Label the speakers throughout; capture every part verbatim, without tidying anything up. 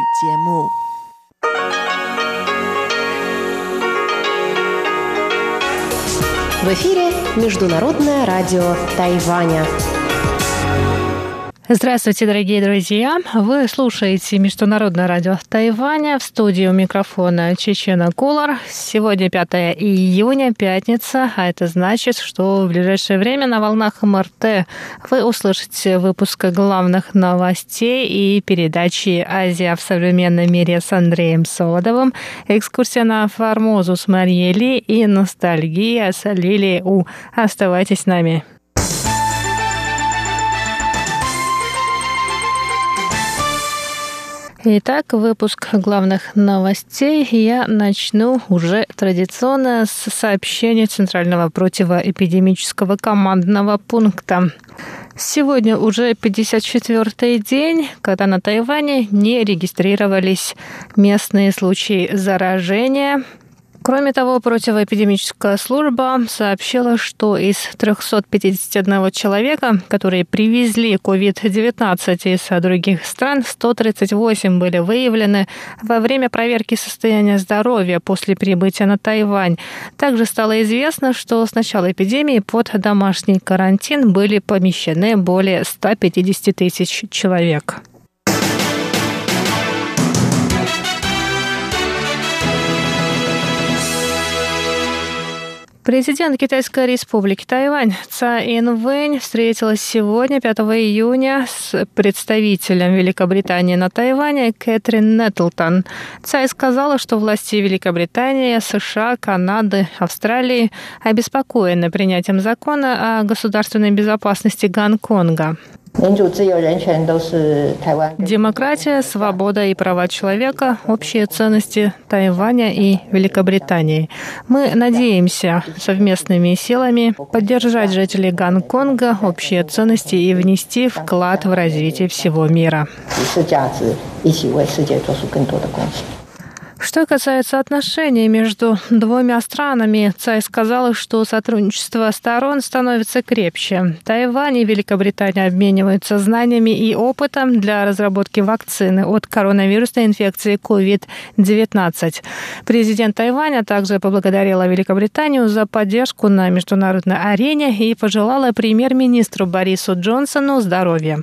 Speaker 1: В эфире Международное радио Тайваня.
Speaker 2: Здравствуйте, дорогие друзья! Вы слушаете Международное радио Тайваня. В студии у микрофона Чечена Кулар. Сегодня пятое июня, пятница, а это значит, что в ближайшее время на волнах эм эр тэ вы услышите выпуск главных новостей и передачи «Азия в современном мире» с Андреем Солодовым, экскурсия на Формозу с Марией Ли и ностальгия с Лилией У. Оставайтесь с нами. Итак, выпуск главных новостей я начну уже традиционно с сообщения Центрального противоэпидемического командного пункта. Сегодня уже пятьдесят четвёртый день, когда на Тайване не регистрировались местные случаи заражения. Кроме того, противоэпидемическая служба сообщила, что из трёхсот пятидесяти одного человека, которые привезли ковид девятнадцать из других стран, сто тридцать восемь были выявлены во время проверки состояния здоровья после прибытия на Тайвань. Также стало известно, что с начала эпидемии под домашний карантин были помещены более ста пятидесяти тысяч человек. Президент Китайской республики Тайвань Цай Инвэнь встретилась сегодня, пятого июня, с представителем Великобритании на Тайване Кэтрин Нэттлтон. Цай сказала, что власти Великобритании, США, Канады, Австралии обеспокоены принятием закона о государственной безопасности Гонконга. Демократия, свобода и права человека – общие ценности Тайваня и Великобритании. Мы надеемся совместными силами поддержать жителей Гонконга, общие ценности и внести вклад в развитие всего мира. Что касается отношений между двумя странами, Цай сказала, что сотрудничество сторон становится крепче. Тайвань и Великобритания обмениваются знаниями и опытом для разработки вакцины от коронавирусной инфекции ковид девятнадцать. Президент Тайваня также поблагодарила Великобританию за поддержку на международной арене и пожелала премьер-министру Борису Джонсону здоровья.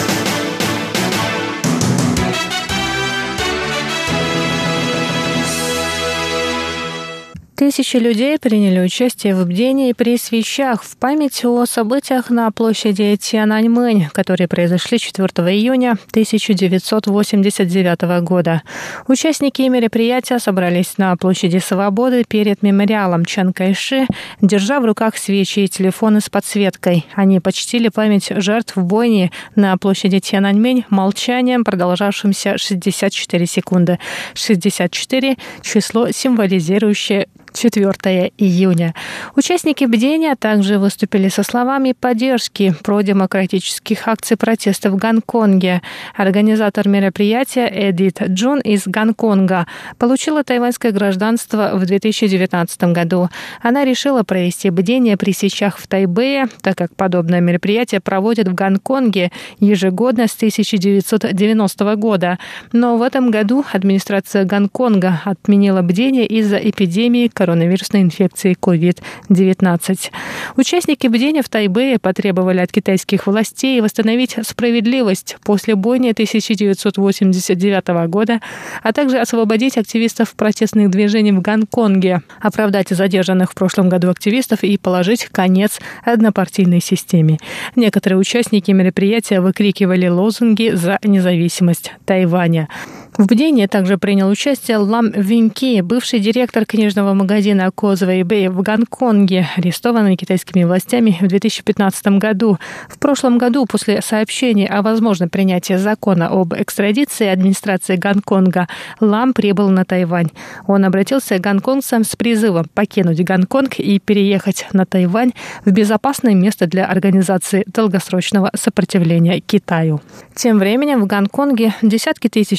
Speaker 2: Тысячи людей приняли участие в бдении при свечах в память о событиях на площади Тяньаньмэнь, которые произошли четвёртого июня тысяча девятьсот восемьдесят девятого года. Участники мероприятия собрались на площади Свободы перед мемориалом Чан Кайши, держа в руках свечи и телефоны с подсветкой. Они почтили память жертв бойни на площади Тяньаньмэнь молчанием, продолжавшимся шестьдесят четыре секунды. шестьдесят четыре – число, символизирующее четвёртого июня. Участники бдения также выступили со словами поддержки продемократических акций протеста в Гонконге. Организатор мероприятия Эдит Джун из Гонконга получила тайваньское гражданство в две тысячи девятнадцатом году. Она решила провести бдение при свечах в Тайбэе, так как подобное мероприятие проводят в Гонконге ежегодно с тысяча девятьсот девяностого года. Но в этом году администрация Гонконга отменила бдение из-за эпидемии коронавирусной инфекции ковид девятнадцать. Участники бдения в Тайбэе потребовали от китайских властей восстановить справедливость после бойни тысяча девятьсот восемьдесят девятого года, а также освободить активистов протестных движений в Гонконге, оправдать задержанных в прошлом году активистов и положить конец однопартийной системе. Некоторые участники мероприятия выкрикивали лозунги за независимость Тайваня. В бдении также принял участие Лам Виньки, бывший директор книжного магазина Causeway Bay в Гонконге, арестованный китайскими властями в две тысячи пятнадцатом году. В прошлом году, после сообщения о возможном принятии закона об экстрадиции администрации Гонконга, Лам прибыл на Тайвань. Он обратился к гонконгцам с призывом покинуть Гонконг и переехать на Тайвань в безопасное место для организации долгосрочного сопротивления Китаю. Тем временем в Гонконге десятки тысяч жителей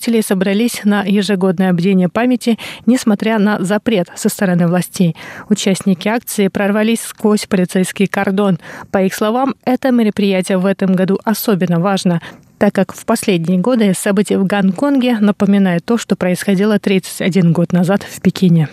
Speaker 2: жителей собрались на ежегодное бдение памяти, несмотря на запрет со стороны властей. Участники акции прорвались сквозь полицейский кордон. По их словам, это мероприятие в этом году особенно важно, так как в последние годы события в Гонконге напоминают то, что происходило тридцать один год назад в Пекине.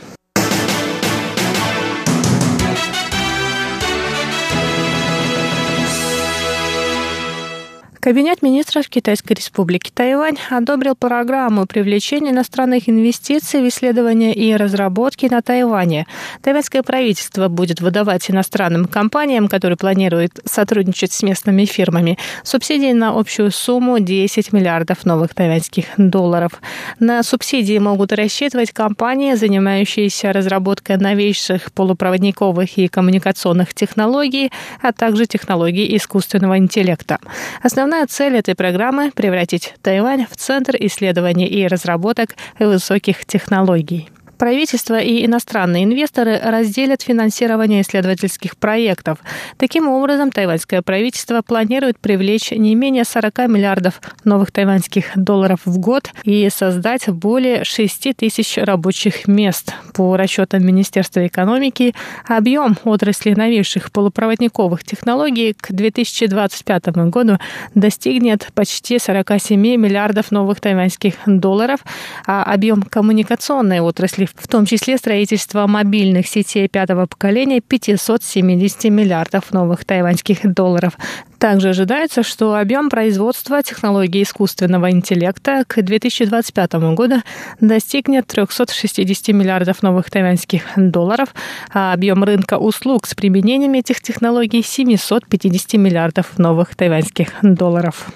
Speaker 2: Кабинет министров Китайской республики Тайвань одобрил программу привлечения иностранных инвестиций в исследования и разработки на Тайване. Тайваньское правительство будет выдавать иностранным компаниям, которые планируют сотрудничать с местными фирмами, субсидии на общую сумму десять миллиардов новых тайваньских долларов. На субсидии могут рассчитывать компании, занимающиеся разработкой новейших полупроводниковых и коммуникационных технологий, а также технологий искусственного интеллекта. Основная Основная цель этой программы – превратить Тайвань в центр исследований и разработок высоких технологий. Правительство и иностранные инвесторы разделят финансирование исследовательских проектов. Таким образом, тайваньское правительство планирует привлечь не менее сорок миллиардов новых тайваньских долларов в год и создать более шесть тысяч рабочих мест. По расчетам Министерства экономики, объем отрасли новейших полупроводниковых технологий к две тысячи двадцать пятому году достигнет почти сорок семь миллиардов новых тайваньских долларов, а объем коммуникационной отрасли, в том числе строительство мобильных сетей пятого поколения, пятьсот семьдесят миллиардов новых тайваньских долларов. Также ожидается, что объем производства технологий искусственного интеллекта к две тысячи двадцать пятому году достигнет триста шестьдесят миллиардов новых тайваньских долларов, а объем рынка услуг с применением этих технологий – семьсот пятьдесят миллиардов новых тайваньских долларов.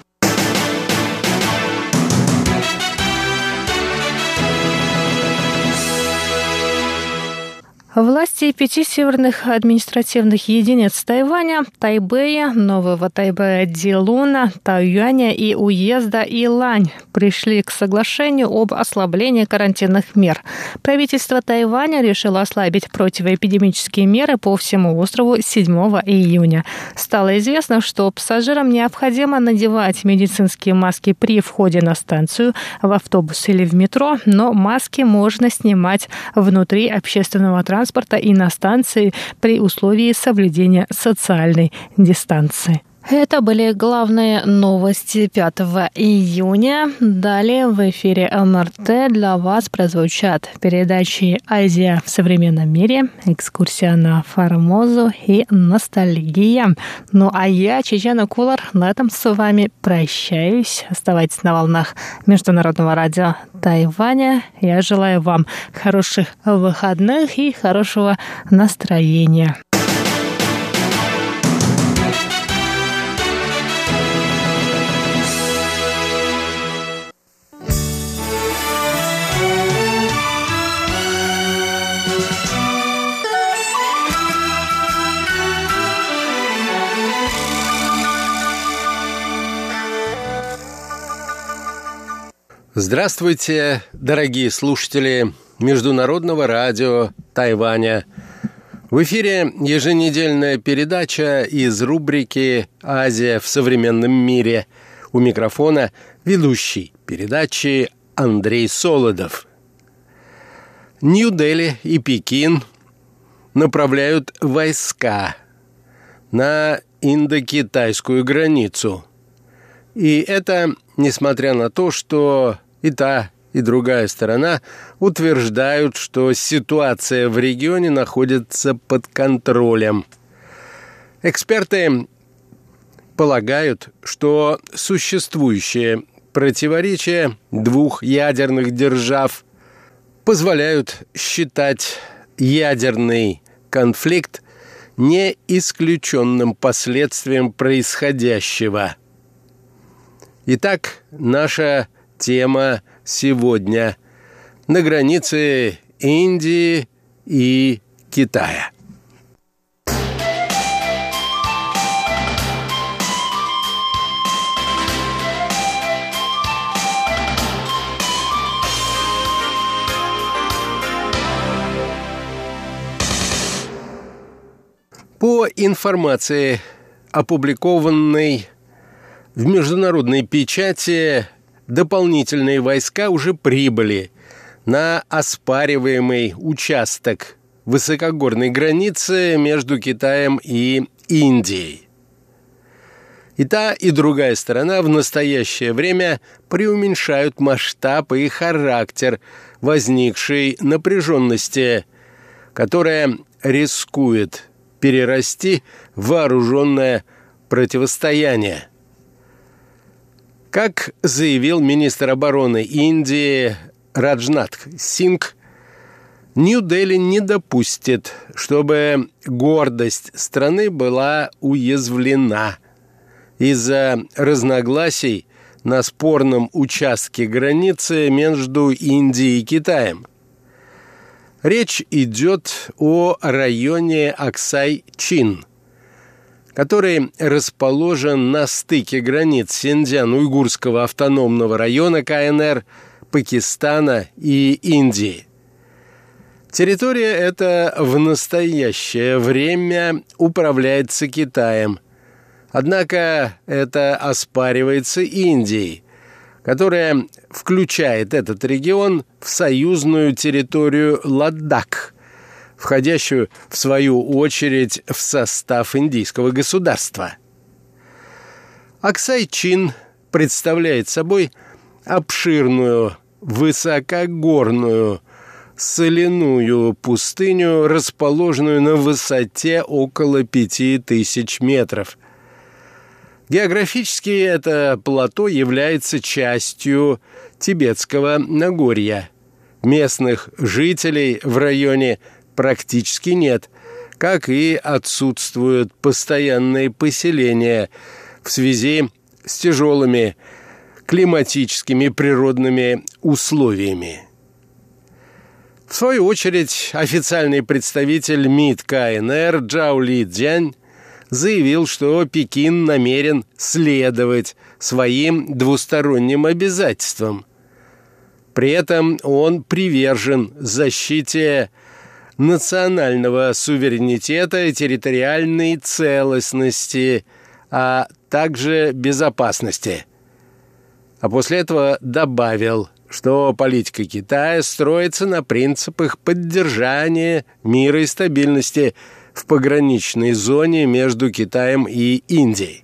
Speaker 2: Власти пяти северных административных единиц Тайваня – Тайбэя, Нового Тайбэя, Дилуна, Тайюаня и уезда Илань – пришли к соглашению об ослаблении карантинных мер. Правительство Тайваня решило ослабить противоэпидемические меры по всему острову седьмого июня. Стало известно, что пассажирам необходимо надевать медицинские маски при входе на станцию, в автобус или в метро, но маски можно снимать внутри общественного транспорта транспорта и на станции при условии соблюдения социальной дистанции. Это были главные новости пятого июня. Далее в эфире эм эр тэ для вас прозвучат передачи «Азия в современном мире», «Экскурсия на Формозу» и «Ностальгия». Ну а я, Чечена Кулар, на этом с вами прощаюсь. Оставайтесь на волнах Международного радио Тайваня. Я желаю вам хороших выходных и хорошего настроения.
Speaker 3: Здравствуйте, дорогие слушатели Международного радио Тайваня. В эфире еженедельная передача из рубрики «Азия в современном мире». У микрофона ведущий передачи Андрей Солодов. Нью-Дели и Пекин направляют войска на индокитайскую границу. И это несмотря на то, что и та, и другая сторона утверждают, что ситуация в регионе находится под контролем. Эксперты полагают, что существующие противоречия двух ядерных держав позволяют считать ядерный конфликт не исключенным последствием происходящего. Итак, наша тема сегодня на границе Индии и Китая. По информации, опубликованной в международной печати, дополнительные войска уже прибыли на оспариваемый участок высокогорной границы между Китаем и Индией. И та, и другая сторона в настоящее время преуменьшают масштаб и характер возникшей напряженности, которая рискует перерасти в вооруженное противостояние. Как заявил министр обороны Индии Раджнат Сингх, Нью-Дели не допустит, чтобы гордость страны была уязвлена из-за разногласий на спорном участке границы между Индией и Китаем. Речь идет о районе Аксай-Чин, который расположен на стыке границ Синьцзян-Уйгурского автономного района ка эн эр, Пакистана и Индии. Территория эта в настоящее время управляется Китаем, однако это оспаривается Индией, которая включает этот регион в союзную территорию Ладак, входящую, в свою очередь, в состав индийского государства. Аксай-Чин представляет собой обширную, высокогорную, соляную пустыню, расположенную на высоте около пяти тысяч метров. Географически это плато является частью Тибетского Нагорья. Местных жителей в районе практически нет, как и отсутствуют постоянные поселения в связи с тяжелыми климатическими природными условиями. В свою очередь, официальный представитель МИД ка эн эр Джао Лидзянь заявил, что Пекин намерен следовать своим двусторонним обязательствам. При этом он привержен защите национального суверенитета и территориальной целостности, а также безопасности. А после этого добавил, что политика Китая строится на принципах поддержания мира и стабильности в пограничной зоне между Китаем и Индией.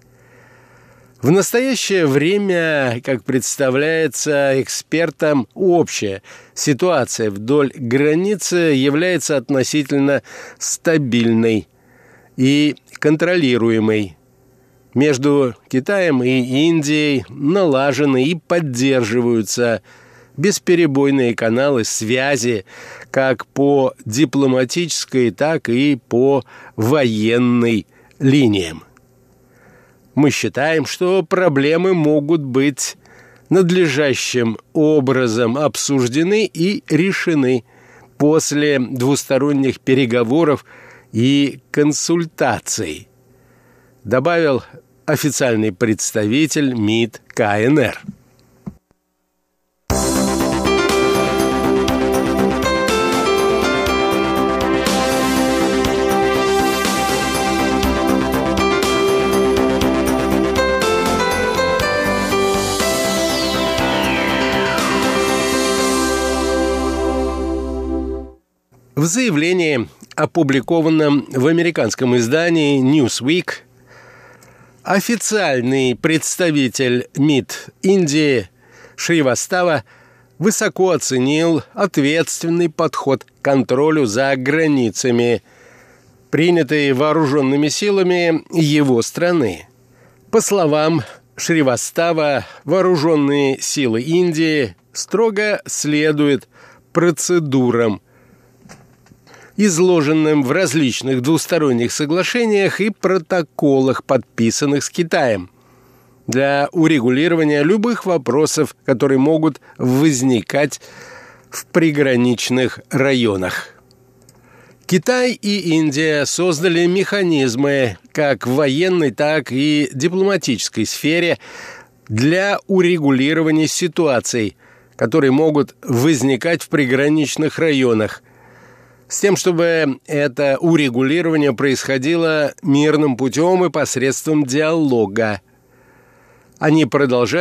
Speaker 3: В настоящее время, как представляется экспертам, общая ситуация вдоль границы является относительно стабильной и контролируемой. Между Китаем и Индией налажены и поддерживаются бесперебойные каналы связи как по дипломатической, так и по военной линиям. Мы считаем, что проблемы могут быть надлежащим образом обсуждены и решены после двусторонних переговоров и консультаций, добавил официальный представитель МИД ка эн эр. В заявлении, опубликованном в американском издании Newsweek, официальный представитель МИД Индии Шривастава высоко оценил ответственный подход к контролю за границами, принятый вооруженными силами его страны. По словам Шривастава, вооруженные силы Индии строго следуют процедурам, изложенным в различных двусторонних соглашениях и протоколах, подписанных с Китаем, для урегулирования любых вопросов, которые могут возникать в приграничных районах. Китай и Индия создали механизмы как в военной, так и дипломатической сфере для урегулирования ситуаций, которые могут возникать в приграничных районах, с тем, чтобы это урегулирование происходило мирным путем и посредством диалога. Они продолжают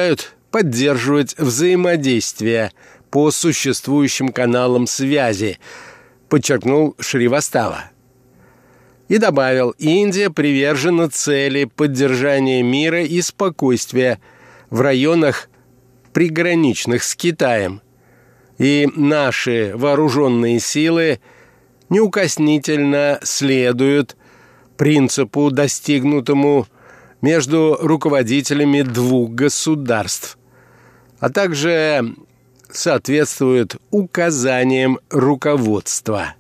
Speaker 3: поддерживать взаимодействие по существующим каналам связи, подчеркнул Шривастава. И добавил, Индия привержена цели поддержания мира и спокойствия в районах, приграничных с Китаем, и наши вооруженные силы неукоснительно следуют принципу, достигнутому между руководителями двух государств, а также соответствуют указаниям руководства.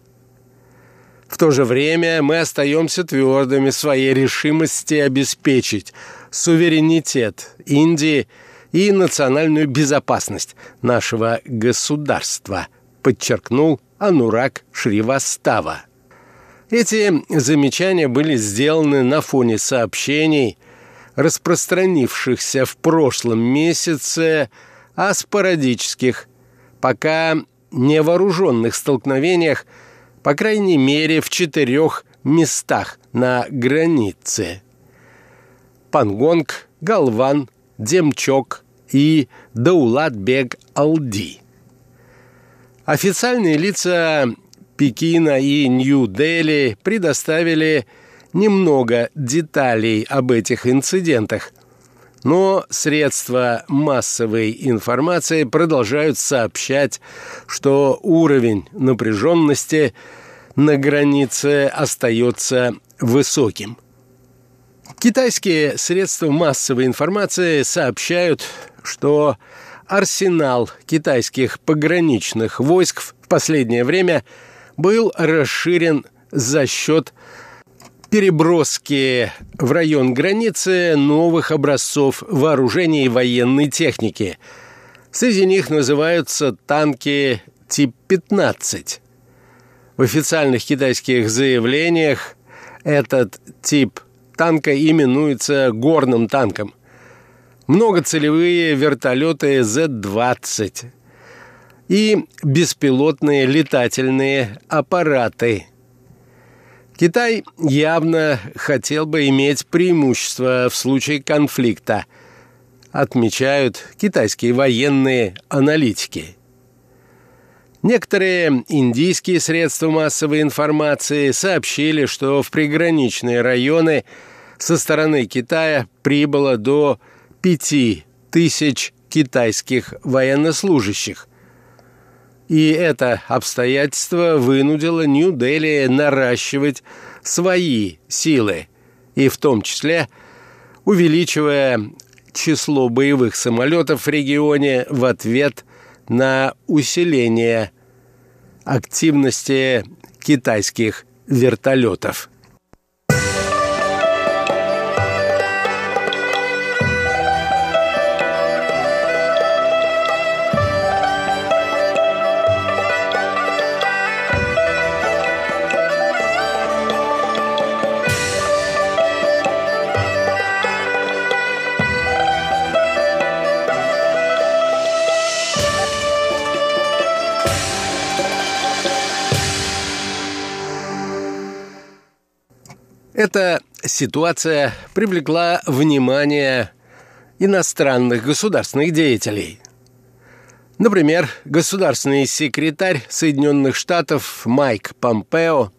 Speaker 3: В то же время мы остаемся твердыми в своей решимости обеспечить суверенитет Индии и национальную безопасность нашего государства, подчеркнул Анураг Шривастава. Эти замечания были сделаны на фоне сообщений, распространившихся в прошлом месяце о спорадических, пока невооруженных столкновениях, по крайней мере, в четырех местах на границе: Пангонг, Галван, Демчок и Даулат-бег-Алди. Официальные лица Пекина и Нью-Дели предоставили немного деталей об этих инцидентах, но средства массовой информации продолжают сообщать, что уровень напряженности на границе остается высоким. Китайские средства массовой информации сообщают, что арсенал китайских пограничных войск в последнее время был расширен за счет переброски в район границы новых образцов вооружений и военной техники. Среди них называются танки тип пятнадцать. В официальных китайских заявлениях этот тип танка именуется горным танком. Многоцелевые вертолеты зет двадцать и беспилотные летательные аппараты. Китай явно хотел бы иметь преимущество в случае конфликта, отмечают китайские военные аналитики. Некоторые индийские средства массовой информации сообщили, что в приграничные районы со стороны Китая прибыло до пяти тысяч китайских военнослужащих. И это обстоятельство вынудило Нью-Дели наращивать свои силы, и в том числе увеличивая число боевых самолетов в регионе в ответ на усиление активности китайских вертолетов. Эта ситуация привлекла внимание иностранных государственных деятелей. Например, государственный секретарь Соединенных Штатов Майк Помпео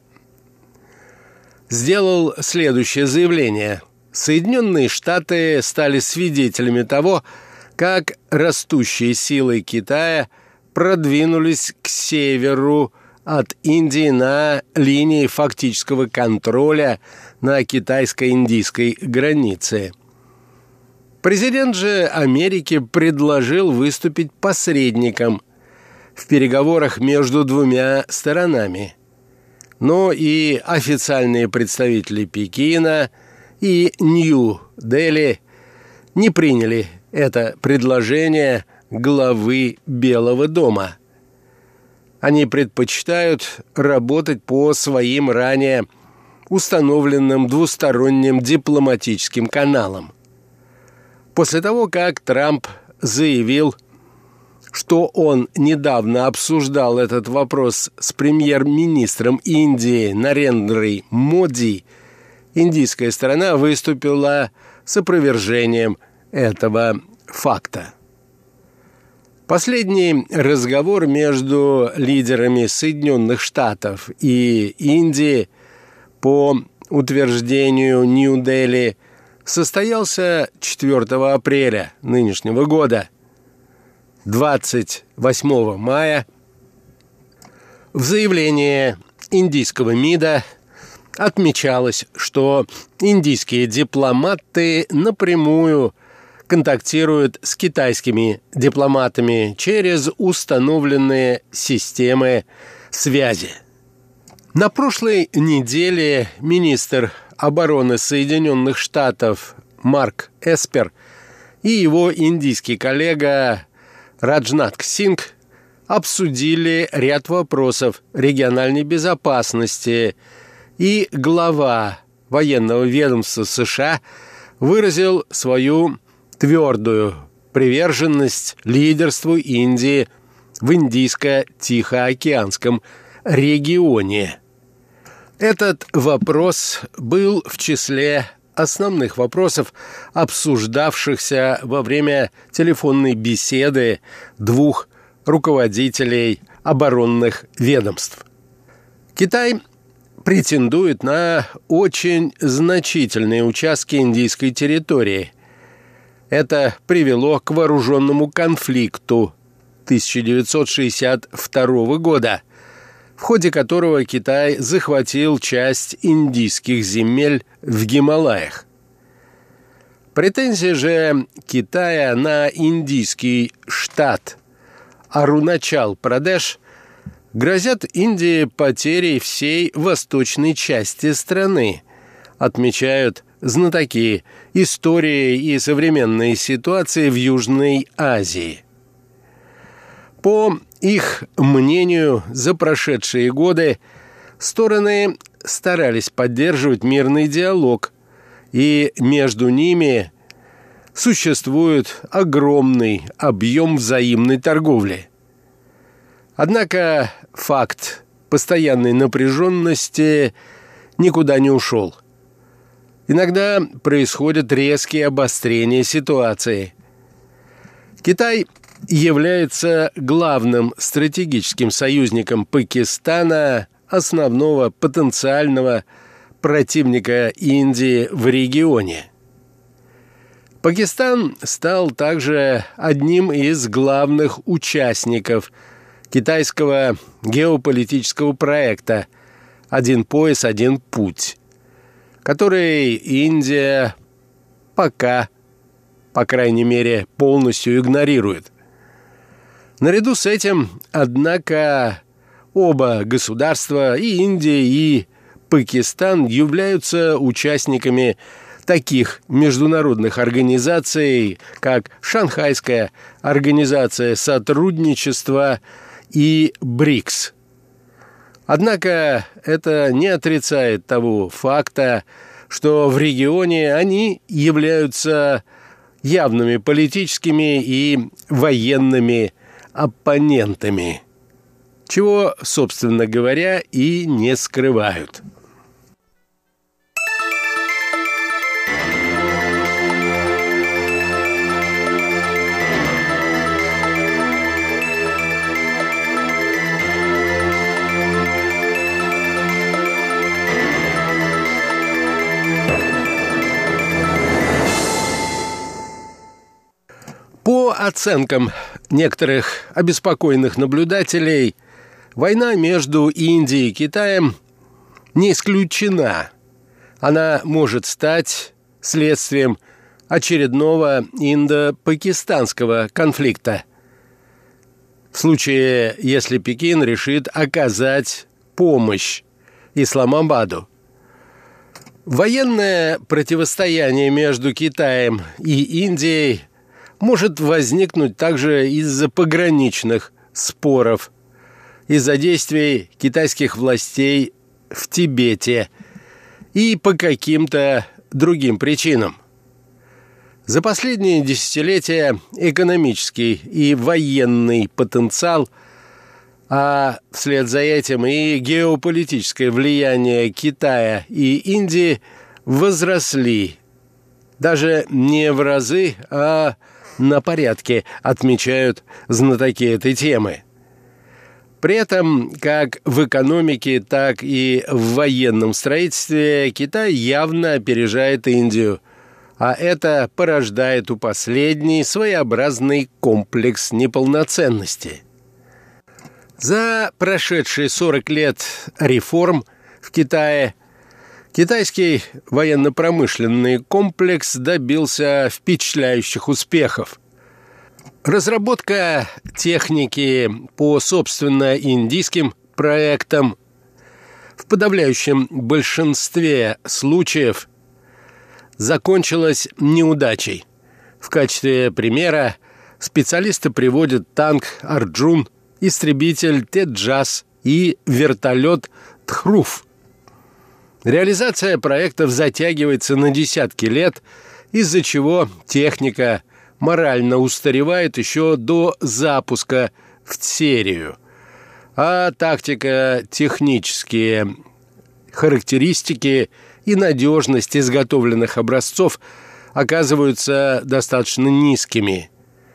Speaker 3: сделал следующее заявление. Соединенные Штаты стали свидетелями того, как растущие силы Китая продвинулись к северу от Индии на линии фактического контроля на китайско-индийской границе. Президент же Америки предложил выступить посредником в переговорах между двумя сторонами. Но и официальные представители Пекина и Нью-Дели не приняли это предложение главы Белого дома. Они предпочитают работать по своим ранее установленным двусторонним дипломатическим каналам. После того, как Трамп заявил, что он недавно обсуждал этот вопрос с премьер-министром Индии Нарендрой Моди, индийская сторона выступила с опровержением этого факта. Последний разговор между лидерами Соединенных Штатов и Индии по утверждению Нью-Дели состоялся четвёртого апреля нынешнего года. двадцать восьмого мая в заявлении индийского МИДа отмечалось, что индийские дипломаты напрямую контактируют с китайскими дипломатами через установленные системы связи. На прошлой неделе министр обороны Соединенных Штатов Марк Эспер и его индийский коллега Раджнат Сингх обсудили ряд вопросов региональной безопасности, и глава военного ведомства США выразил свою твердую приверженность лидерству Индии в Индийско-Тихоокеанском регионе. Этот вопрос был в числе основных вопросов, обсуждавшихся во время телефонной беседы двух руководителей оборонных ведомств. Китай претендует на очень значительные участки индийской территории. Это привело к вооруженному конфликту тысяча девятьсот шестьдесят второго года, в ходе которого Китай захватил часть индийских земель в Гималаях. Претензии же Китая на индийский штат Аруначал-Прадеш грозят Индии потерей всей восточной части страны, отмечают знатоки истории и современной ситуации в Южной Азии. По их мнению, за прошедшие годы стороны старались поддерживать мирный диалог, и между ними существует огромный объем взаимной торговли. Однако факт постоянной напряженности никуда не ушел. Иногда происходят резкие обострения ситуации. Китай является главным стратегическим союзником Пакистана, основного потенциального противника Индии в регионе. Пакистан стал также одним из главных участников китайского геополитического проекта «Один пояс, один путь», который Индия пока, по крайней мере, полностью игнорирует. Наряду с этим, однако, оба государства, и Индия, и Пакистан, являются участниками таких международных организаций, как Шанхайская организация сотрудничества и БРИКС. Однако это не отрицает того факта, что в регионе они являются явными политическими и военными оппонентами, чего, собственно говоря, и не скрывают. По оценкам некоторых обеспокоенных наблюдателей, война между Индией и Китаем не исключена. Она может стать следствием очередного индо-пакистанского конфликта, в случае, если Пекин решит оказать помощь Исламабаду. Военное противостояние между Китаем и Индией может возникнуть также из-за пограничных споров, из-за действий китайских властей в Тибете и по каким-то другим причинам. За последние десятилетия экономический и военный потенциал, а вслед за этим и геополитическое влияние Китая и Индии возросли даже не в разы, а на порядке, отмечают знатоки этой темы. При этом как в экономике, так и в военном строительстве Китай явно опережает Индию, а это порождает у последней своеобразный комплекс неполноценности. За прошедшие сорок лет реформ в Китае китайский военно-промышленный комплекс добился впечатляющих успехов. Разработка техники по собственно индийским проектам в подавляющем большинстве случаев закончилась неудачей. В качестве примера специалисты приводят танк «Арджун», истребитель «Теджас» и вертолет «Тхруф». Реализация проектов затягивается на десятки лет, из-за чего техника морально устаревает еще до запуска в серию, а тактико-технические характеристики и надежность изготовленных образцов оказываются достаточно низкими,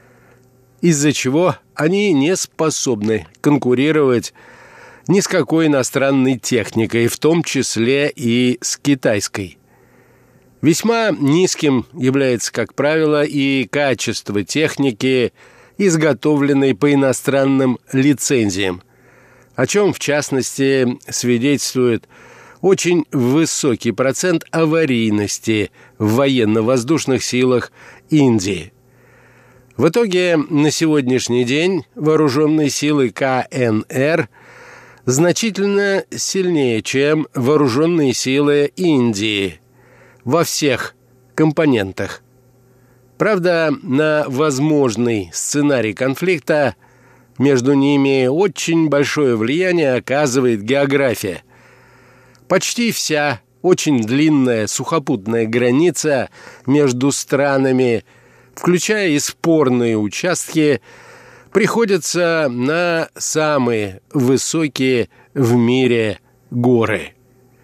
Speaker 3: из-за чего они не способны конкурировать ни с какой иностранной техникой, в том числе и с китайской. Весьма низким является, как правило, и качество техники, изготовленной по иностранным лицензиям, о чем, в частности, свидетельствует очень высокий процент аварийности в военно-воздушных силах Индии. В итоге на сегодняшний день вооруженные силы ка эн эр значительно сильнее, чем вооруженные силы Индии во всех компонентах. Правда, на возможный сценарий конфликта между ними очень большое влияние оказывает география. Почти вся очень длинная сухопутная граница между странами, включая и спорные участки, приходится на самые высокие в мире горы.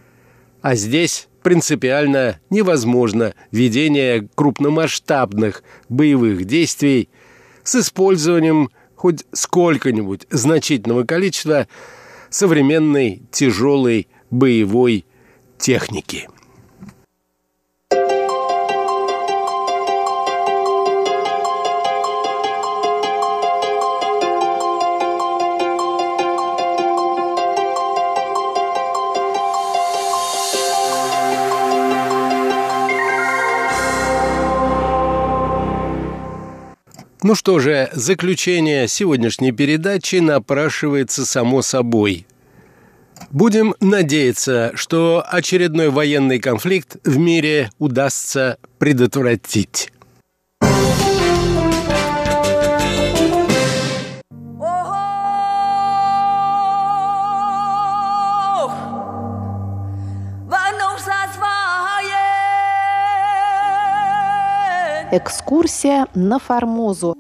Speaker 3: А здесь принципиально невозможно ведение крупномасштабных боевых действий с использованием хоть сколько-нибудь значительного количества современной тяжелой боевой техники. Ну что же, заключение сегодняшней передачи напрашивается само собой. Будем надеяться, что очередной военный конфликт в мире удастся предотвратить.
Speaker 1: Экскурсия на Формозу.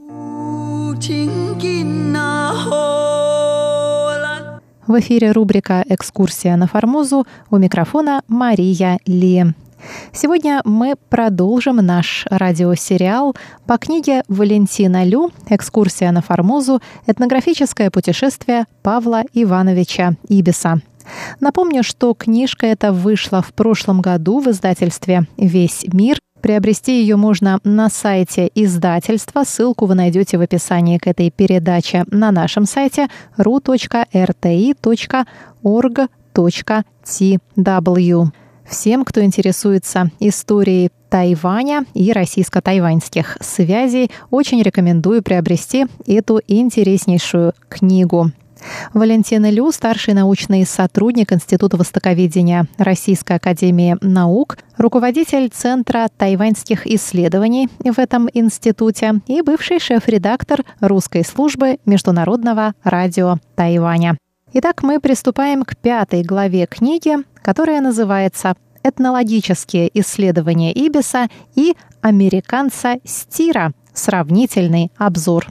Speaker 2: В эфире рубрика «Экскурсия на Формозу», у микрофона Мария Ли. Сегодня мы продолжим наш радиосериал по книге Валентина Лю «Экскурсия на Формозу. Этнографическое путешествие Павла Ивановича Ибиса». Напомню, что книжка эта вышла в прошлом году в издательстве «Весь мир». Приобрести ее можно на сайте издательства. Ссылку вы найдете в описании к этой передаче на нашем сайте ру точка эр тэ и точка орг точка ти дабл ю. Всем, кто интересуется историей Тайваня и российско-тайваньских связей, очень рекомендую приобрести эту интереснейшую книгу. Валентина Лю, старший научный сотрудник Института востоковедения Российской академии наук, руководитель Центра тайваньских исследований в этом институте и бывший шеф-редактор русской службы Международного радио Тайваня. Итак, мы приступаем к пятой главе книги, которая называется «Этнологические исследования Ибиса и американца Стира. Сравнительный обзор».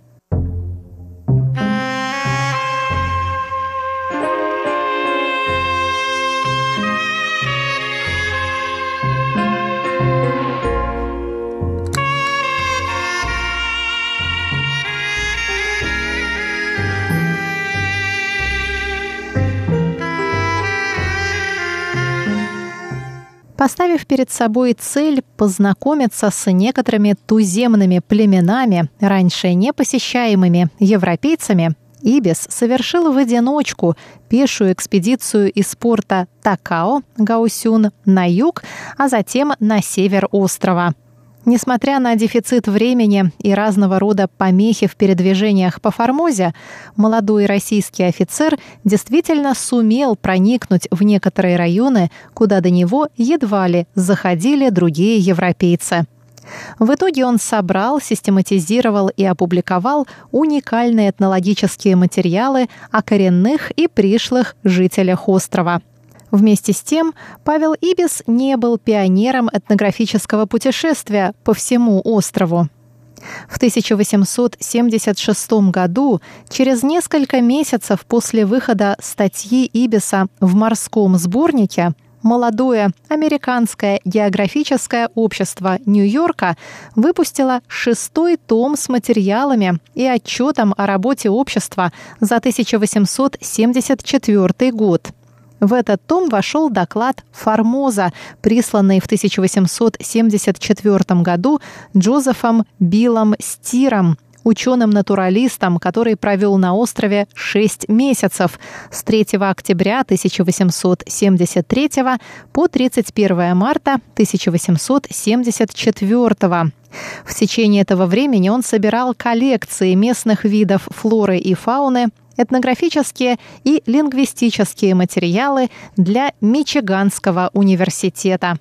Speaker 4: Поставив перед собой цель познакомиться с некоторыми туземными племенами, раньше не посещаемыми европейцами, Ибис совершил в одиночку пешую экспедицию из порта Такао, Гаосюн, на юг, а затем на север острова. Несмотря на дефицит времени и разного рода помехи в передвижениях по Формозе, молодой российский офицер действительно сумел проникнуть в некоторые районы, куда до него едва ли заходили другие европейцы. В итоге он собрал, систематизировал и опубликовал уникальные этнологические материалы о коренных и пришлых жителях острова. Вместе с тем, Павел Ибис не был пионером этнографического путешествия по всему острову. В тысяча восемьсот семьдесят шестом году, через несколько месяцев после выхода статьи Ибиса в морском сборнике, молодое американское географическое общество Нью-Йорка выпустило шестой том с материалами и отчетом о работе общества за тысяча восемьсот семьдесят четвёртый год. В этот том вошел доклад «Формоза», присланный в тысяча восемьсот семьдесят четвёртом году Джозефом Биллом Стиром, ученым-натуралистом, который провел на острове шесть месяцев с третьего октября тысяча восемьсот семьдесят третьего по тридцать первое марта тысяча восемьсот семьдесят четвёртого. В течение этого времени он собирал коллекции местных видов флоры и фауны, этнографические и лингвистические материалы для Мичиганского университета.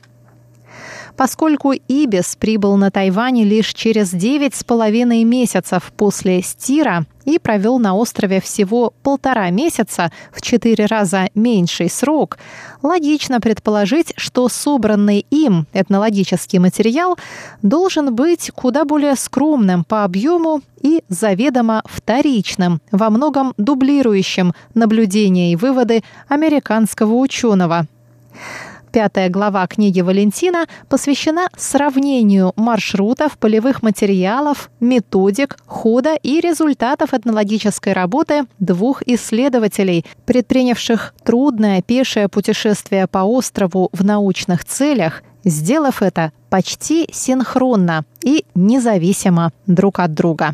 Speaker 4: Поскольку Ибис прибыл на Тайвань лишь через девять с половиной месяцев после Стира и провел на острове всего полтора месяца, в четыре раза меньший срок, логично предположить, что собранный им этнологический материал должен быть куда более скромным по объему и заведомо вторичным, во многом дублирующим наблюдения и выводы американского ученого. Пятая глава книги Валентина посвящена сравнению маршрутов, полевых материалов, методик, хода и результатов этнологической работы двух исследователей, предпринявших трудное пешее путешествие по острову в научных целях, сделав это почти синхронно и независимо друг от друга.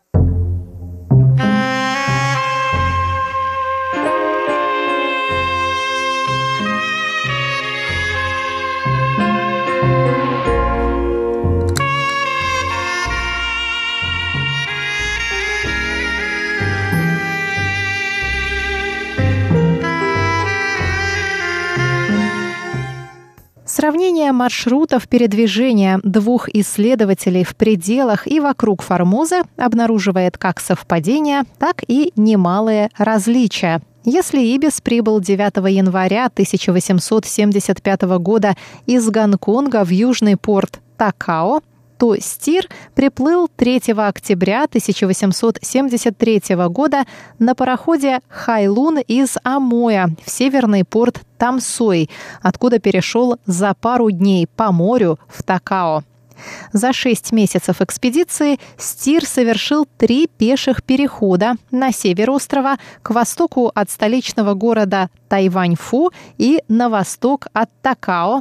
Speaker 4: Сравнение маршрутов передвижения двух исследователей в пределах и вокруг Формозы обнаруживает как совпадения, так и немалые различия. Если Ибис прибыл девятого января тысяча восемьсот семьдесят пятого года из Гонконга в южный порт Такао, то Стир приплыл третьего октября тысяча восемьсот семьдесят третьего года на пароходе «Хайлун» из Амоя в северный порт Тамсой, откуда перешел за пару дней по морю в Такао. За шесть месяцев экспедиции Стир совершил три пеших перехода на север острова, к востоку от столичного города Тайваньфу и на восток от Такао,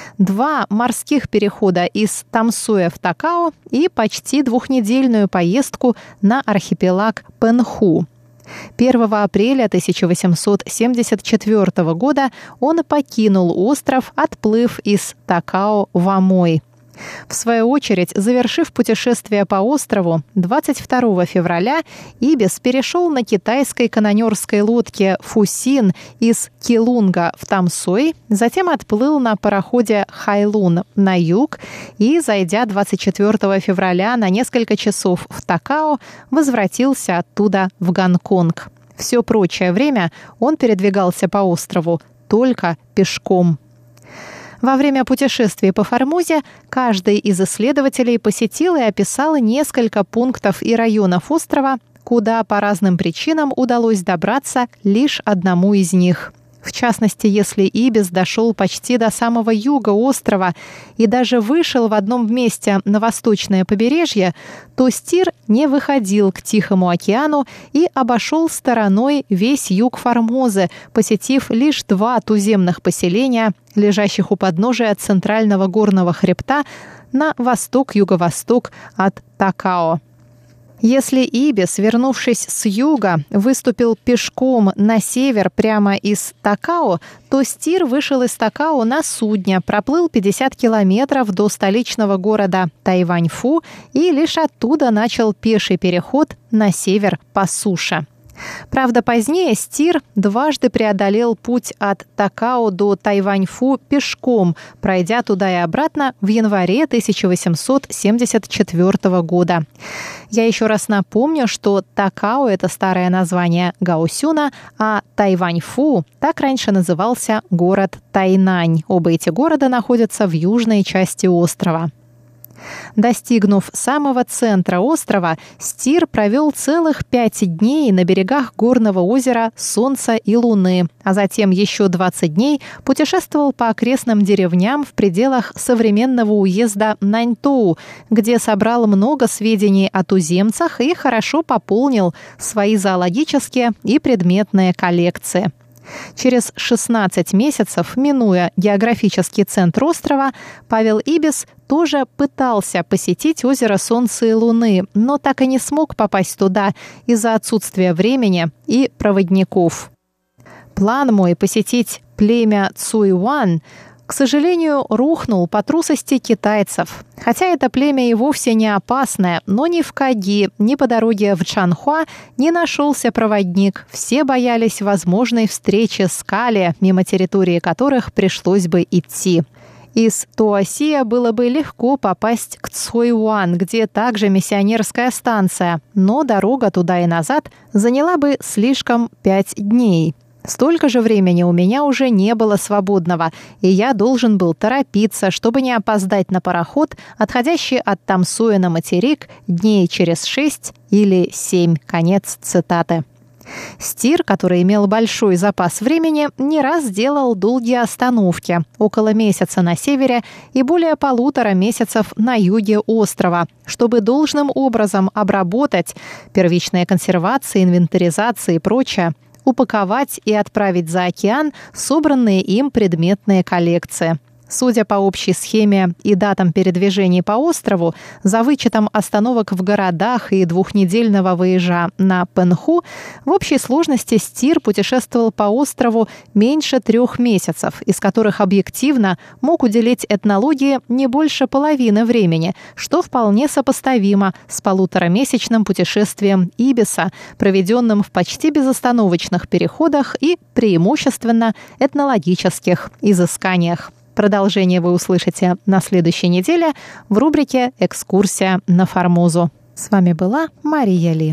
Speaker 4: два морских перехода из Тамсуя в Такао и почти двухнедельную поездку на архипелаг Пэнху. первого апреля тысяча восемьсот семьдесят четвёртого года он покинул остров, отплыв из Такао в Амой. В свою очередь, завершив путешествие по острову, двадцать второго февраля Ибис перешел на китайской канонерской лодке «Фусин» из Килунга в Тамсой, затем отплыл на пароходе «Хайлун» на юг и, зайдя двадцать четвёртого февраля на несколько часов в Такао, возвратился оттуда в Гонконг. Все прочее время он передвигался по острову только пешком. Во время путешествий по Формозе каждый из исследователей посетил и описал несколько пунктов и районов острова, куда по разным причинам удалось добраться лишь одному из них. В В частности, если ибис дошел почти до самого юга острова и даже вышел в одном месте на восточное побережье, то стир не выходил к Тихому океану и обошел стороной весь юг Формозы, посетив лишь два туземных поселения, лежащих у подножия центрального горного хребта на восток-юго-восток от Такао. Если ибис, вернувшись с юга, выступил пешком на север прямо из Такао, то стир вышел из Такао на судне, проплыл пятьдесят километров до столичного города Тайваньфу и лишь оттуда начал пеший переход на север по суше. Правда, позднее стир дважды преодолел путь от Такао до Тайваньфу пешком, пройдя туда и обратно в январе тысяча восемьсот семьдесят четвёртого года. Я еще раз напомню, что Такао – это старое название Гаосюна, а Тайваньфу – так раньше назывался город Тайнань. Оба эти города находятся в южной части острова. Достигнув самого центра острова, стир провел целых пять дней на берегах горного озера Солнца и Луны, а затем еще двадцать дней путешествовал по окрестным деревням в пределах современного уезда Наньтоу, где собрал много сведений о туземцах и хорошо пополнил свои зоологические и предметные коллекции. Через шестнадцать месяцев, минуя географический центр острова, Павел Ибис тоже пытался посетить озеро Солнца и Луны, но так и не смог попасть туда из-за отсутствия времени и проводников. План мой посетить племя Цуйуан, к сожалению, рухнул по трусости китайцев. Хотя это племя и вовсе не опасное, но ни в Каги, ни по дороге в Чанхуа не нашелся проводник. Все боялись возможной встречи с Кали, мимо территории которых пришлось бы идти. Из Туасия было бы легко попасть к Цхойуан, где также миссионерская станция, но дорога туда и назад заняла бы слишком пять дней. Столько же времени у меня уже не было свободного, и я должен был торопиться, чтобы не опоздать на пароход, отходящий от Тамсуя на материк дней через шесть или семь. Конец цитаты. Стир, который имел большой запас времени, не раз делал долгие остановки, около месяца на севере и более полутора месяцев на юге острова, чтобы должным образом обработать первичная консервация, инвентаризация и прочее, упаковать и отправить за океан собранные им предметные коллекции. Судя по общей схеме и датам передвижений по острову, за вычетом остановок в городах и двухнедельного выезжа на Пенху, в общей сложности стир путешествовал по острову меньше трех месяцев, из которых объективно мог уделить этнологии не больше половины времени, что вполне сопоставимо с полуторамесячным путешествием Ибиса, проведенным в почти безостановочных переходах и преимущественно этнологических изысканиях. Продолжение вы услышите на следующей неделе в рубрике «Экскурсия на Формозу». С вами была Мария Ли.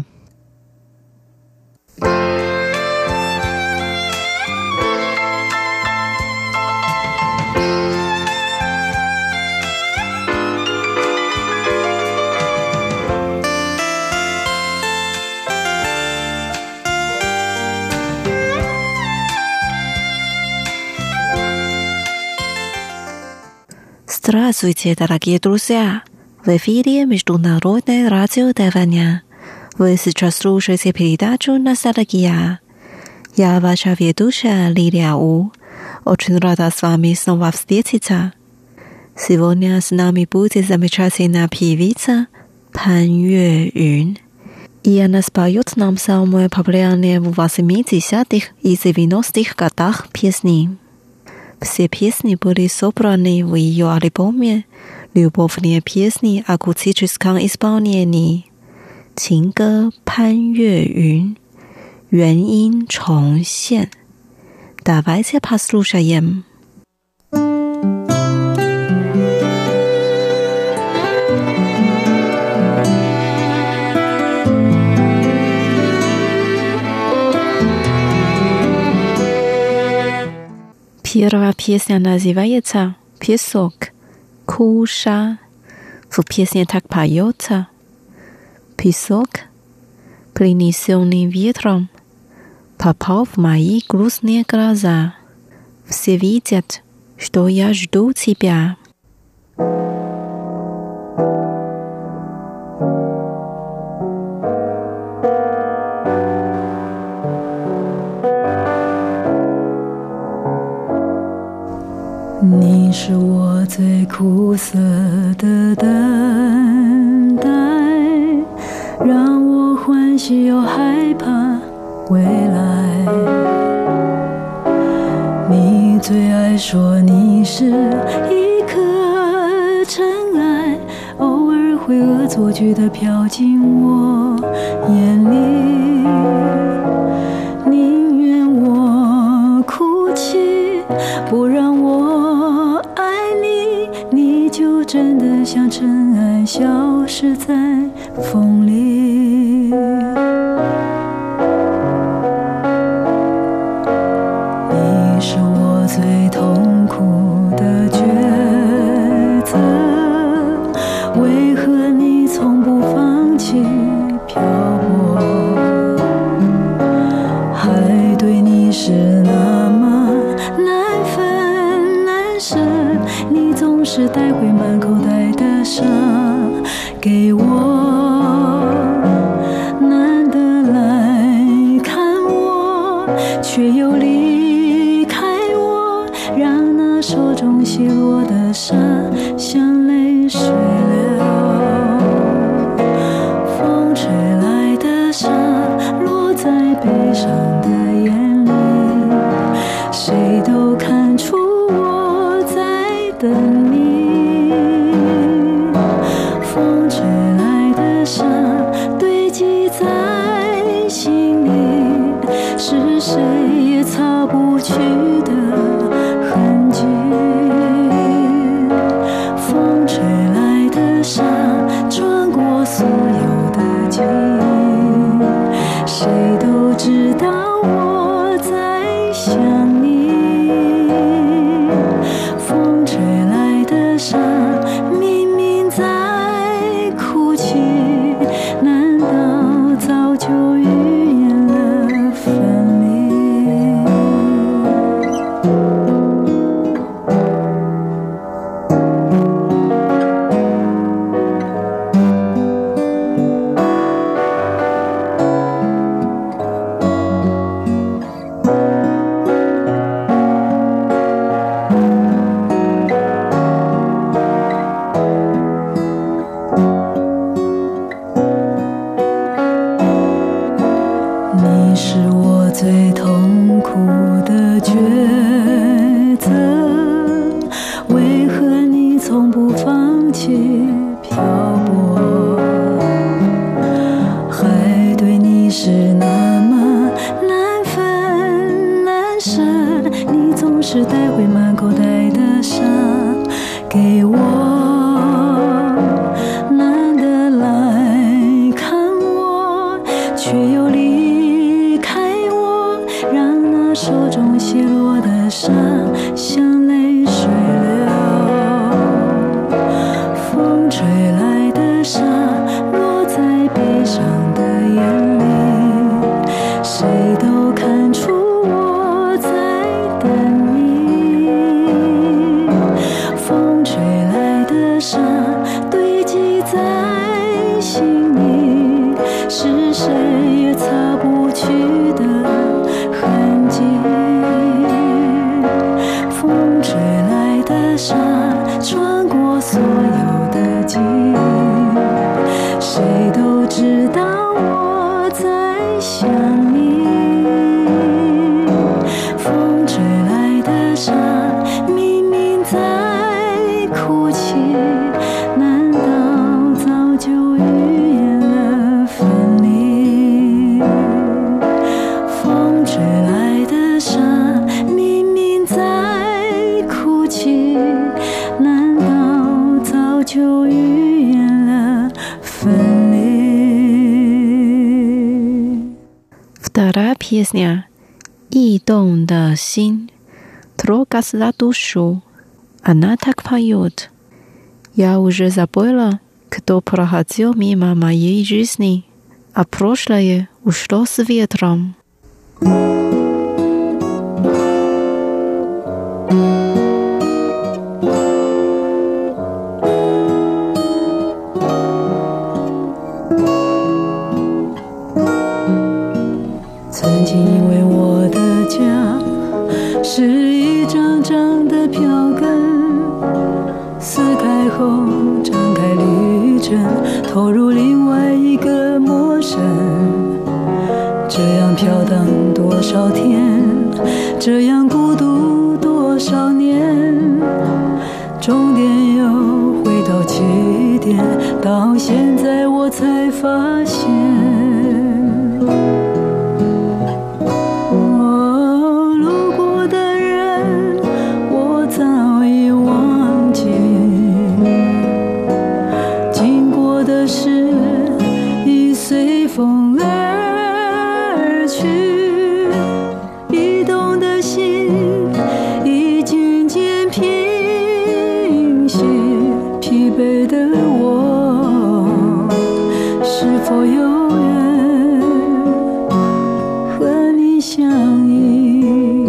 Speaker 5: Здравствуйте, дорогие друзья! В эфире Международное радио Тайваня. Вы сейчас слушаете передачу «Ностальгия». Я ваша ведущая Лилия У. Очень рада с вами снова встретиться. Сегодня с нами будет замечательная певица Пан Юэ-Юн. И она споет нам самые популярные в восьмидесятых и девяностых годах песни. Все песни были собраны в ее альбоме «Любовные песни о акустическом исполнении» 情歌潘越云 原音重现. Давайте послушаем. Первая песня называется «Песок», «Куша». В песне так поется: «Песок, принесенный ветром, попал в мои грустные глаза. все видят, что я жду тебя.
Speaker 6: 你是我最苦涩的等待，让我欢喜又害怕未来。你最爱说你是一颗尘埃，偶尔会恶作剧地飘进我眼里。宁愿我哭泣，不让我爱你，你就真的像尘埃消失在风里。你是我最痛苦的抉择，为何你从不放弃漂泊？海对你是那么难分难舍，你总是带回满口袋的沙给我，难得来看我，却又离开我，让那手中稀落的沙像泪水流。风吹来的沙落在悲伤的眼里，谁都看出我在等你。风吹来的沙堆积在心里，是谁也擦不去的痕迹。风吹来的沙穿过所有的记忆，谁都知道我在想你。风吹来的沙明明在哭泣，难道早就预言了分离？你是我最痛苦的抉择，为何你从不放弃漂泊？海对你是那么难分难舍，你总是带回满口袋的沙给我，难得来看我，却又离开我，让那手中稀落的沙像泪水流。风吹来的沙落在悲伤的眼里，谁都看出我在等你。风吹来的沙堆积在心里，是谁也擦不去的痕迹。风吹来的沙穿过所有的记忆，谁都知道我在想你。风吹来的沙明明在哭泣，难道早就预言了分离？风吹来的沙明明在哭泣，难道早就预言了分离？Вторая песня. 驿动的心. Трогать за душу. Она так поет. Я уже забыла, кто проходил мимо моей жизни, а прошлое ушло с ветром. 经以为我的家是一张张的票根，撕开后展开旅程，投入另外一个陌生。这样飘荡多少天，这样孤独多少年，终点又回到起点，到现在我才发现，我路过的人我早已忘记，经过的事已随风而去，移动的心已渐渐平息，疲惫的我是否有缘和你相依？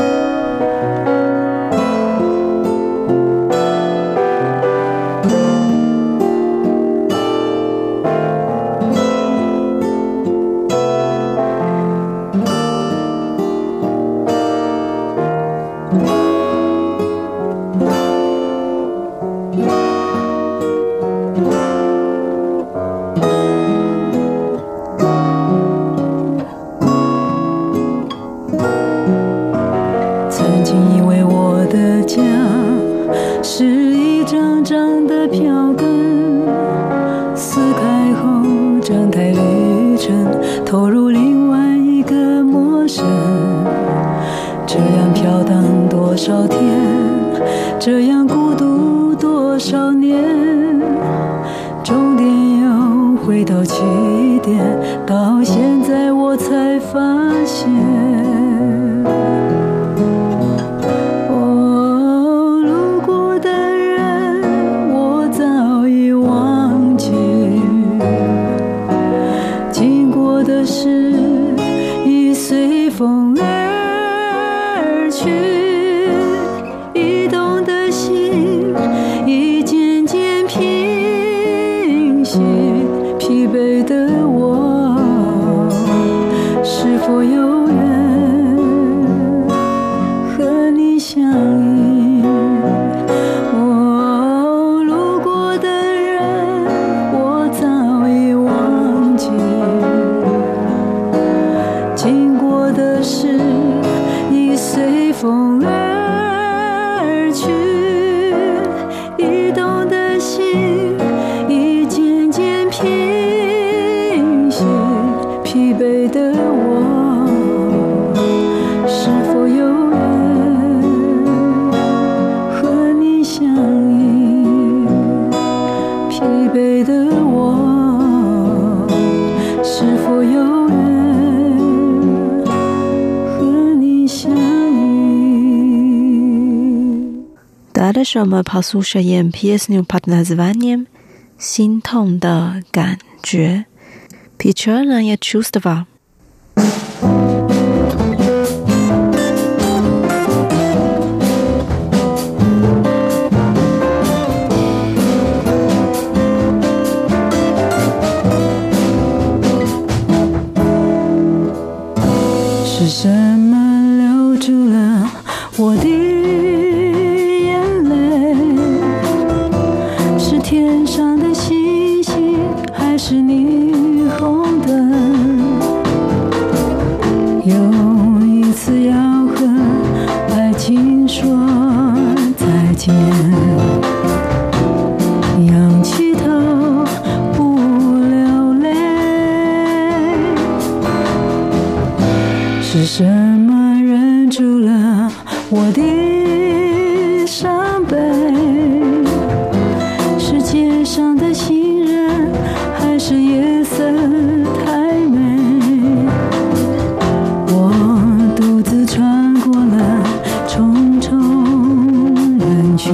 Speaker 6: 曾经以为我的家是一张张的票根，撕开后展开旅程，投入另外一个陌生。这样飘荡多少天，这样孤独多少年，终点又回到起点，到现在我才发现，我路过的人我早已忘记，经过的事已随风而去，移动的心已渐渐平息，疲惫的我是否有缘和你相依？我路过的人我早已忘记，经过的事已随风而去，移动的心已渐渐平息，疲惫的我是否有缘和你相依？疲惫的我是否有缘和你相依？
Speaker 5: Dальше мы послушаем песню под названием «心痛的感觉» Печальное чувство.
Speaker 6: «是什么留住了我的眼泪？是天上的星星，还是霓虹灯？又一次要和爱情说再见，仰起头不流泪。是什么忍住了我的伤悲？是街上的行人，还是夜色太美？我独自穿过了重重人群，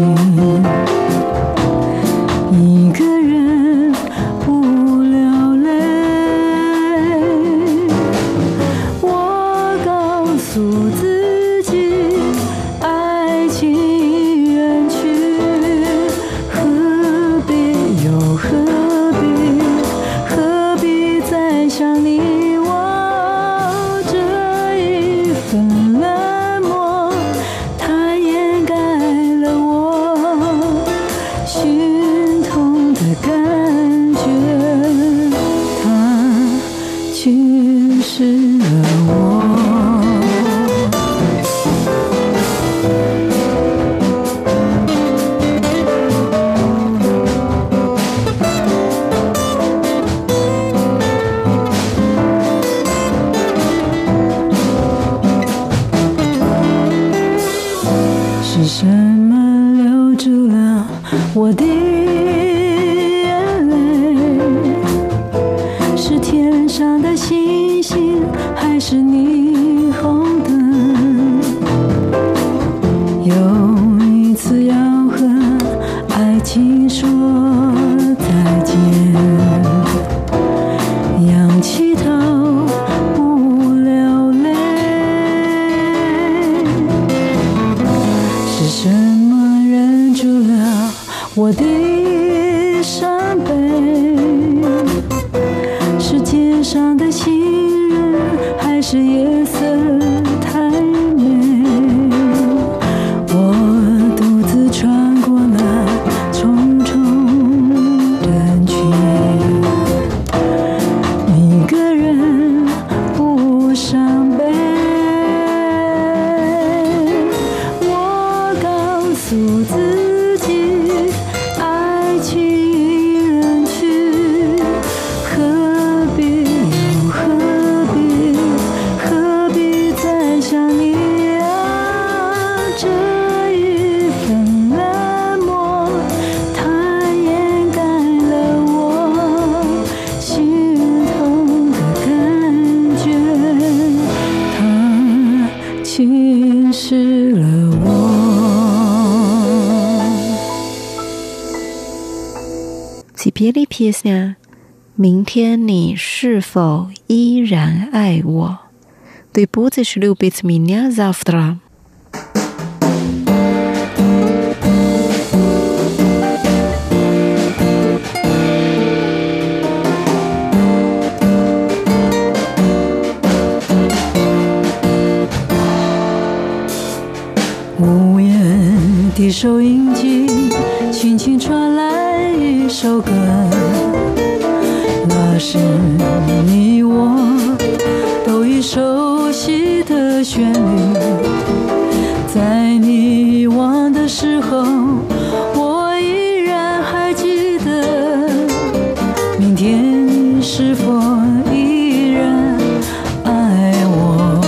Speaker 6: 一个人不流泪。我告诉自己，爱红灯，又一次要和爱情说再见，仰起头不流泪，是什么忍住了我的伤悲？是街上的行人，还是夜色太美？我独自穿过了重重人群，一个人不伤悲。我告诉自己，爱情一人去，何必又何必，何必再想你啊？这一份冷漠，它掩盖了我心痛的感觉，它侵蚀了我。
Speaker 5: Теперь песня «明天你是否依然爱我?» Ты будешь любить меня завтра?
Speaker 6: 无言的收音机轻轻传来一首歌，那是你我都已熟悉的旋律。在你遗忘的时候，我依然还记得，明天你是否依然爱我？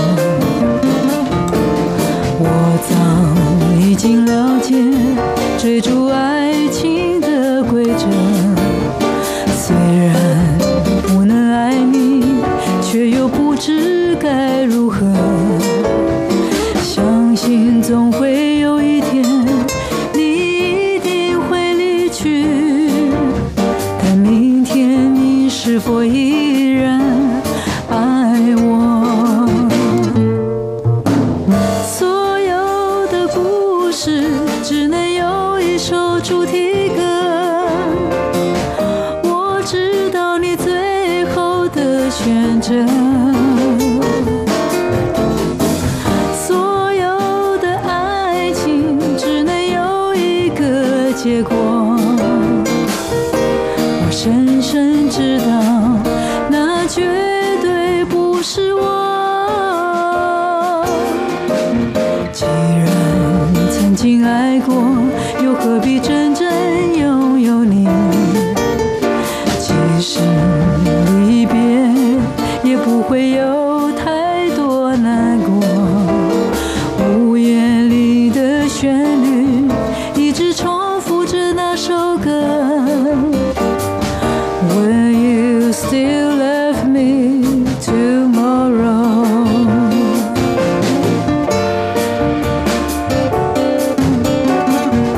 Speaker 6: 我早已经了解追逐爱情的规则，虽然不能爱你，却又不知该如何。相信总会有一天，你一定会离去，但明天你是否依然爱我？所有的故事只能有一首主题歌，我知道你最后的选择。所有的爱情只能有一个结果，我深深知道，那绝对不是我。既然曾经爱过，又何必真正拥有你？即使离别，也不会有太多难过。午夜里的旋律一直重复着那首歌。Will you still love me tomorrow? 我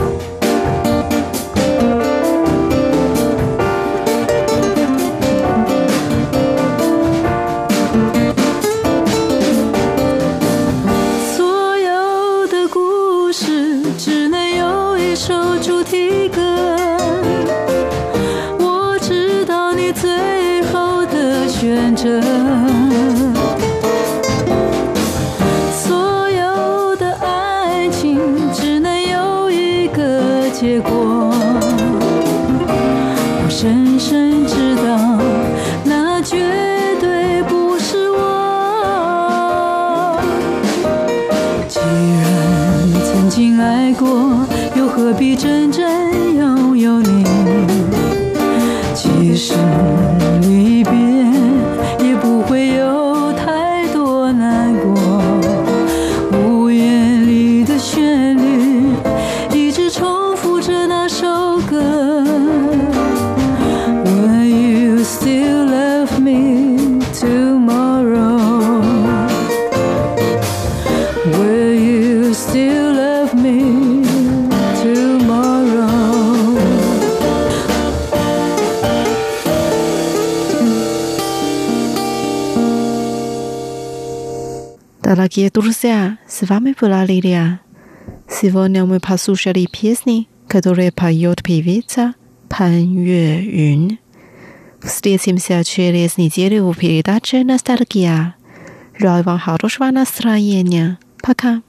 Speaker 5: Дорогие друзья, с вами была Лилия. Сегодня мы послушали песни, которые поет певица Пан Юэюн. Встретимся через неделю в передаче «Ностальгия». Желаю вам хорошего настроения. Пока.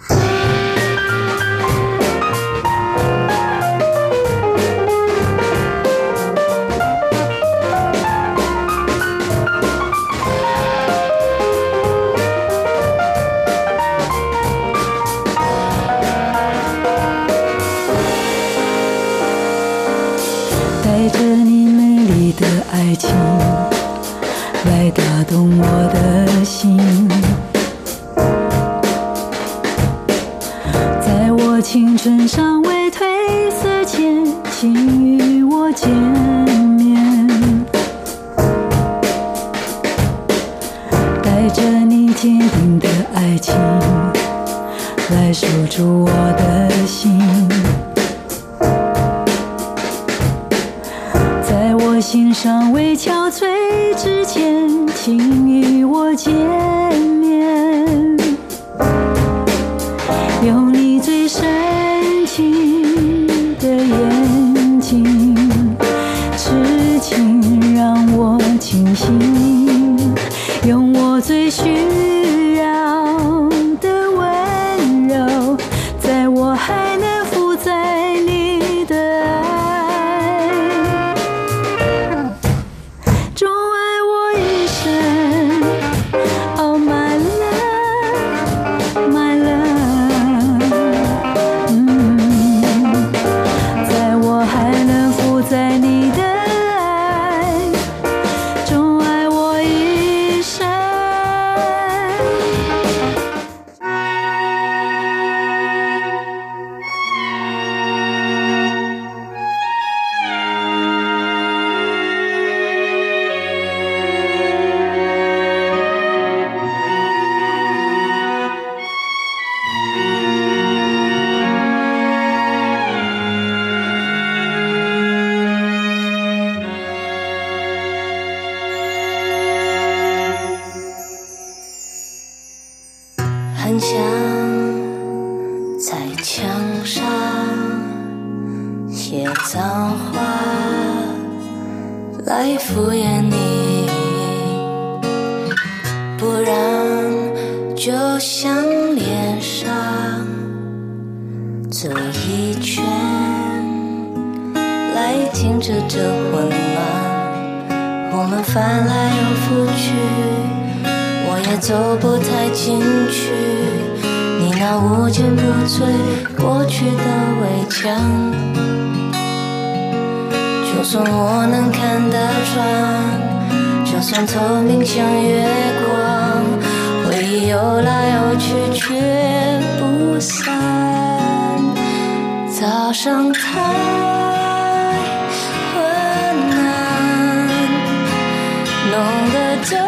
Speaker 6: 带着你美丽的爱情来打动我的心，在我青春尚未褪色前，请与我见面，带着你坚定的爱情来守住我的心，心尚未憔悴之前，请与我见面，用你最深情的眼睛，痴情让我倾心，用我最需要的温柔，在我还能负载你的爱。
Speaker 7: 很想在墙上写脏话来敷衍你，不然就像脸上走一圈来停止这混乱，我们翻来又覆去，我也走不太进去，你那无坚不摧过去的围墙，就算我能看得穿，就算透明像月光，回忆游来游去却不散，早上太昏暗，弄得这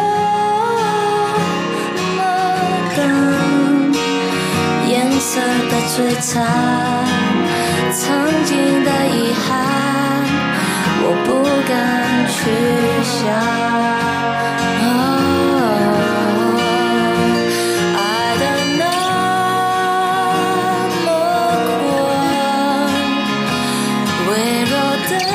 Speaker 7: 色的摧残，曾经的遗憾，我不敢去想。哦，爱的那么宽，微弱的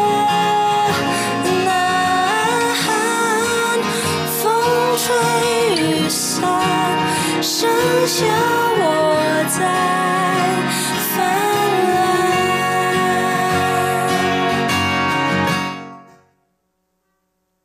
Speaker 7: 呐喊，风吹雨散，剩下我在